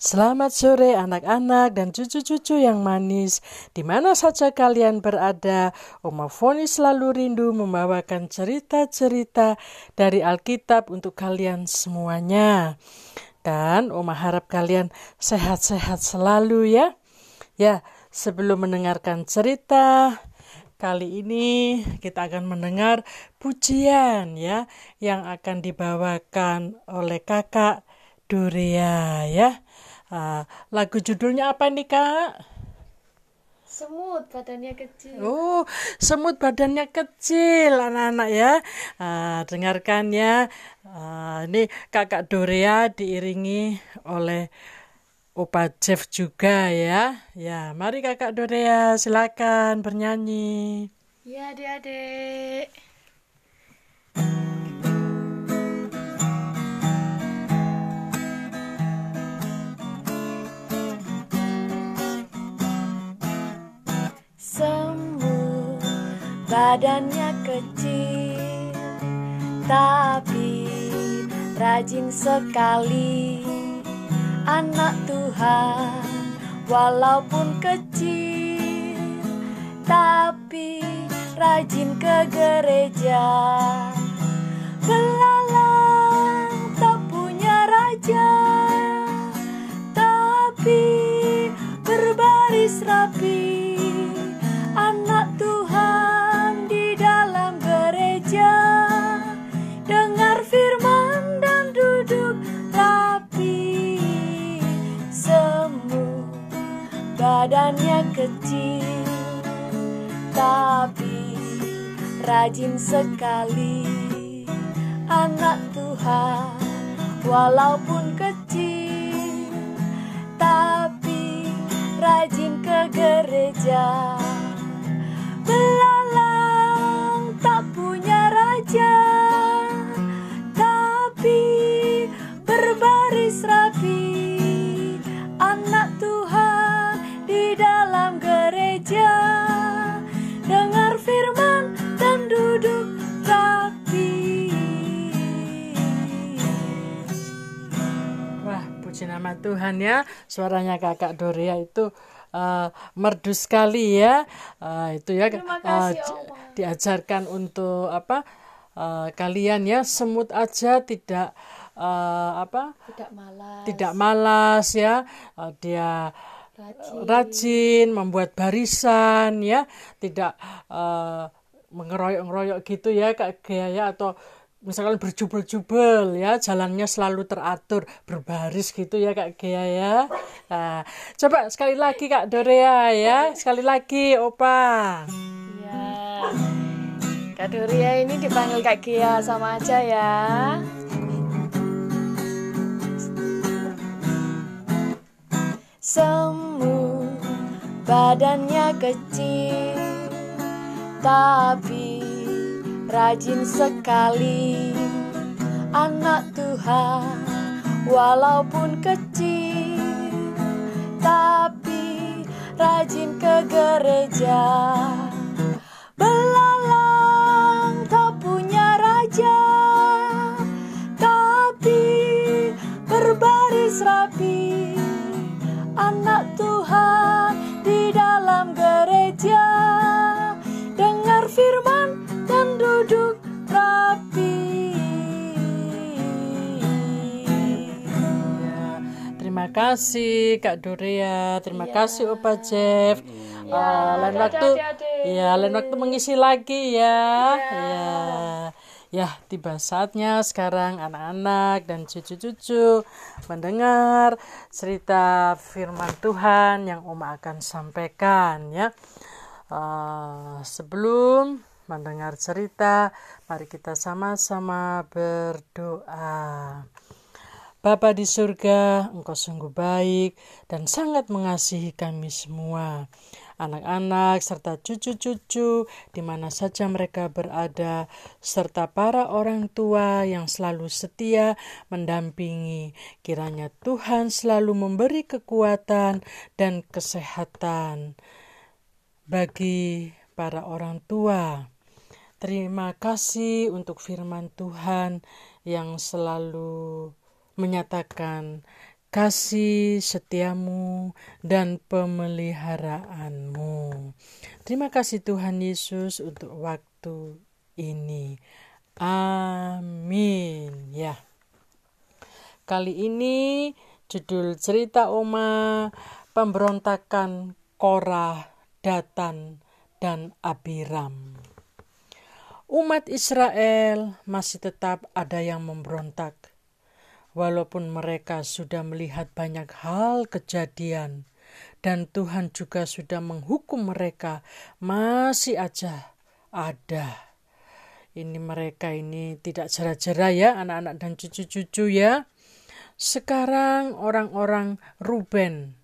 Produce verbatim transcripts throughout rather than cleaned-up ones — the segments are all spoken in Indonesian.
Selamat sore anak-anak dan cucu-cucu yang manis. Di mana saja kalian berada, Oma Foni selalu rindu membawakan cerita-cerita dari Alkitab untuk kalian semuanya. Dan Oma harap kalian sehat-sehat selalu ya. Ya, sebelum mendengarkan cerita, kali ini kita akan mendengar pujian ya yang akan dibawakan oleh Kakak Dorea ya. Uh, lagu judulnya apa nih Kak? Semut badannya kecil. Oh, semut badannya kecil anak-anak ya. Uh, dengarkan ya. Uh, ini Kakak Dorea diiringi oleh Opa Jeff juga ya. Ya, mari Kakak Dorea silakan bernyanyi. Ya adik-adik. Semut badannya kecil, tapi rajin sekali. Anak Tuhan walaupun kecil, tapi rajin ke gereja. Belalang tak punya raja, tapi berbaris rapi. Anak Tuhan di dalam gereja, dengar firman dan duduk rapi. Semut badannya kecil, tapi rajin sekali. Anak Tuhan walaupun kecil, tapi rajin ke gereja. Belalang tak punya raja, tapi berbaris rapi. Anak Tuhan di dalam gereja, dengar firman dan duduk rapi. Wah, puji nama Tuhan ya. Suaranya Kakak Dorea itu Uh, merdu sekali ya, uh, itu ya uh, diajarkan untuk apa uh, kalian ya, semut aja tidak uh, apa tidak malas, tidak malas ya, uh, dia rajin. rajin membuat barisan ya, tidak uh, mengeroyok-ngeroyok gitu ya Kak Gea ya, atau misalkan berjubel-jubel ya, jalannya selalu teratur, berbaris gitu ya Kak Gea ya. Nah, coba sekali lagi Kak Dorea ya, sekali lagi Opa. Ya, Kak Dorea ini dipanggil Kak Gea sama aja ya. Semut badannya kecil, tapi rajin sekali. Anak Tuhan walaupun kecil, tapi rajin ke gereja. Belalang tak punya raja, tapi berbaris rapi. Anak Tuhan di dalam gereja, dengar firman dan duduk rapi. Ya, terima kasih Kak Dorea, terima ya. kasih Opa Jeff. Ya, uh, lain waktu, ya lain waktu mengisi lagi ya. Ya, ya, ya tiba saatnya sekarang anak-anak dan cucu-cucu mendengar cerita firman Tuhan yang Oma akan sampaikan ya. Uh, sebelum mendengar cerita, mari kita sama-sama berdoa. Bapa di surga, Engkau sungguh baik dan sangat mengasihi kami semua. Anak-anak serta cucu-cucu di mana saja mereka berada, serta para orang tua yang selalu setia mendampingi. Kiranya Tuhan selalu memberi kekuatan dan kesehatan bagi para orang tua. Terima kasih untuk firman Tuhan yang selalu menyatakan kasih setiamu dan pemeliharaanmu. Terima kasih Tuhan Yesus untuk waktu ini. Amin. Ya. Kali ini judul cerita Oma, pemberontakan Korah, Datan, dan Abiram. Umat Israel masih tetap ada yang memberontak. Walaupun mereka sudah melihat banyak hal kejadian dan Tuhan juga sudah menghukum mereka, masih aja ada. Ini mereka ini tidak jera-jera ya, anak-anak dan cucu-cucu ya. Sekarang orang-orang Ruben,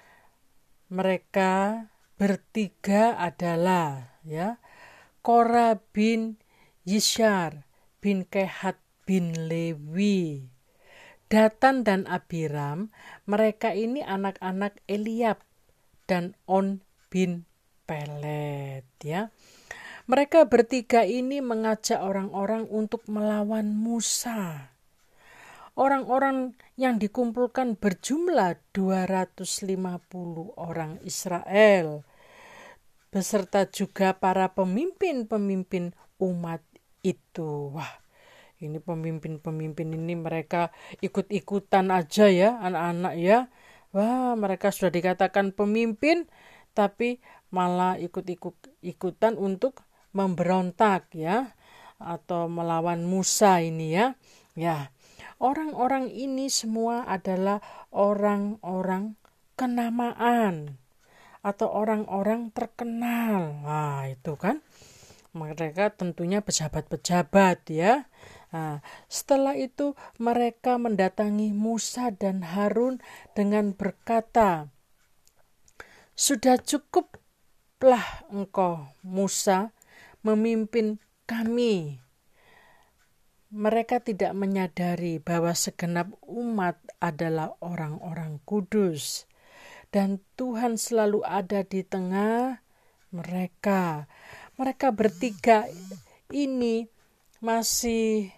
mereka bertiga adalah ya Korah bin Yishar bin Kehat bin Lewi. Datan dan Abiram, mereka ini anak-anak Eliab dan On bin Pelet ya. Mereka bertiga ini mengajak orang-orang untuk melawan Musa. Orang-orang yang dikumpulkan berjumlah dua ratus lima puluh orang Israel, beserta juga para pemimpin-pemimpin umat itu. Wah, ini pemimpin-pemimpin ini mereka ikut-ikutan aja ya, anak-anak ya. Wah, mereka sudah dikatakan pemimpin, tapi malah ikut-ikutan untuk memberontak ya, atau melawan Musa ini ya. Ya, orang-orang ini semua adalah orang-orang kenamaan atau orang-orang terkenal. Nah, itu kan. Mereka tentunya pejabat-pejabat ya. Nah, setelah itu mereka mendatangi Musa dan Harun dengan berkata, "Sudah cukuplah engkau Musa memimpin kami." Mereka tidak menyadari bahwa segenap umat adalah orang-orang kudus dan Tuhan selalu ada di tengah mereka. Mereka bertiga ini masih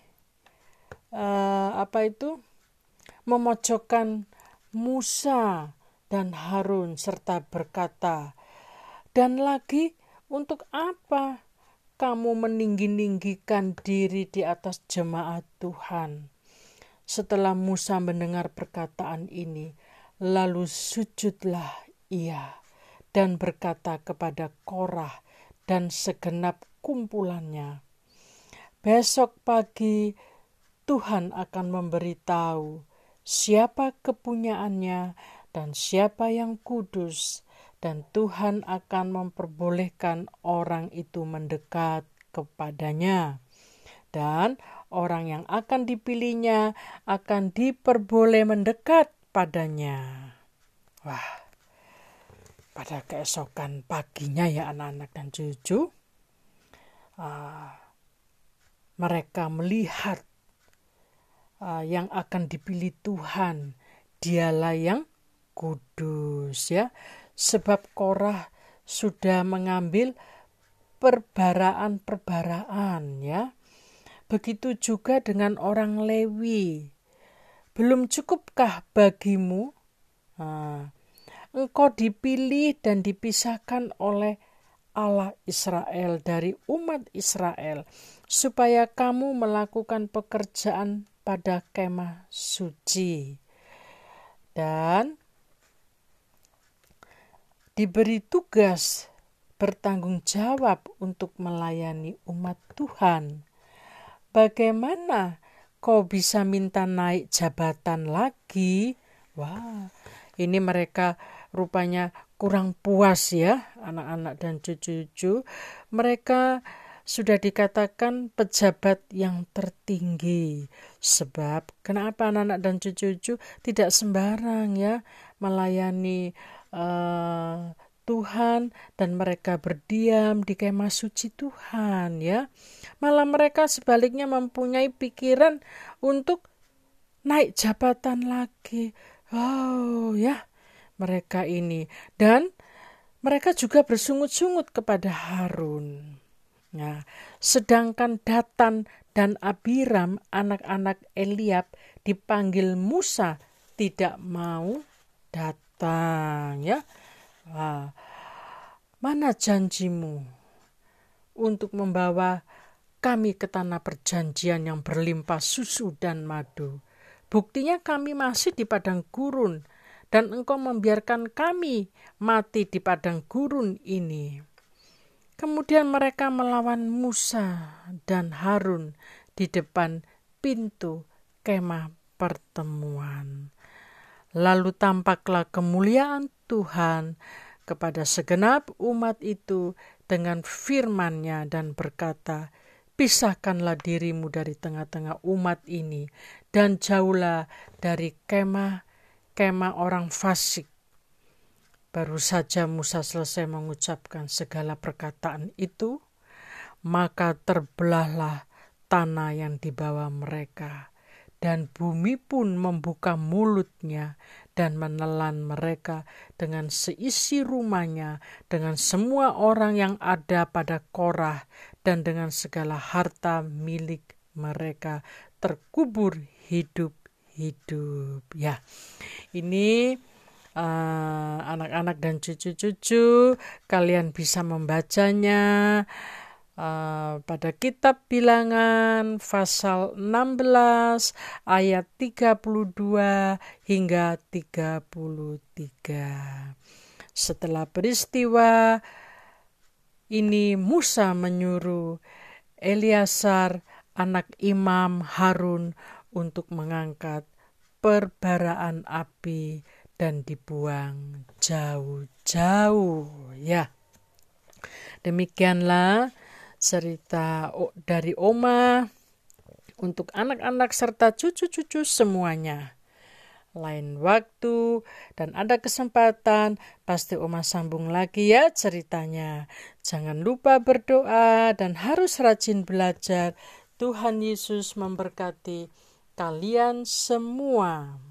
uh, apa itu memojokkan Musa dan Harun serta berkata, "Dan lagi untuk apa kamu meninggi-ninggikan diri di atas jemaat Tuhan?" Setelah Musa mendengar perkataan ini, lalu sujudlah ia dan berkata kepada Korah dan segenap kumpulannya, "Besok pagi Tuhan akan memberitahu siapa kepunyaannya dan siapa yang kudus, dan Tuhan akan memperbolehkan orang itu mendekat kepadanya, dan orang yang akan dipilihnya akan diperboleh mendekat padanya." Wah, pada keesokan paginya ya anak-anak dan cucu, uh, mereka melihat uh, yang akan dipilih Tuhan, dialah yang kudus ya. Sebab Korah sudah mengambil perbaraan-perbaraan ya. Begitu juga dengan orang Lewi. Belum cukupkah bagimu Nah, engkau dipilih dan dipisahkan oleh Allah Israel dari umat Israel, supaya kamu melakukan pekerjaan pada kemah suci dan diberi tugas bertanggung jawab untuk melayani umat Tuhan. Bagaimana kau bisa minta naik jabatan lagi? Wah, ini mereka rupanya kurang puas ya, anak-anak dan cucu-cucu. Mereka sudah dikatakan pejabat yang tertinggi. Sebab kenapa anak-anak dan cucu-cucu tidak sembarang ya melayani uh, Tuhan, dan mereka berdiam di kemah suci Tuhan ya. Malah mereka sebaliknya mempunyai pikiran untuk naik jabatan lagi. Wow ya, mereka ini. Dan mereka juga bersungut-sungut kepada Harun. Nah, sedangkan Datan dan Abiram, anak-anak Eliab, dipanggil Musa tidak mau datang, ya. Wah, mana janjimu untuk membawa kami ke tanah perjanjian yang berlimpah susu dan madu? Buktinya kami masih di padang gurun, dan engkau membiarkan kami mati di padang gurun ini. Kemudian mereka melawan Musa dan Harun di depan pintu kemah pertemuan. Lalu tampaklah kemuliaan Tuhan kepada segenap umat itu dengan firman-Nya dan berkata, pisahkanlah dirimu dari tengah-tengah umat ini dan jauhlah dari kemah-kemah orang fasik. Baru saja Musa selesai mengucapkan segala perkataan itu, maka terbelahlah tanah yang dibawa mereka, dan bumi pun membuka mulutnya dan menelan mereka dengan seisi rumahnya, dengan semua orang yang ada pada Korah, dan dengan segala harta milik mereka terkubur hidup-hidup. Ya, ini uh, anak-anak dan cucu-cucu, kalian bisa membacanya Uh, pada kitab Bilangan pasal enam belas ayat tiga puluh dua hingga tiga puluh tiga. Setelah peristiwa ini, Musa menyuruh Eleazar anak Imam Harun untuk mengangkat perbaraan api dan dibuang jauh-jauh, ya. Demikianlah cerita dari Oma untuk anak-anak serta cucu-cucu semuanya. Lain waktu dan ada kesempatan, pasti Oma sambung lagi ya ceritanya. Jangan lupa berdoa dan harus rajin belajar. Tuhan Yesus memberkati kalian semua.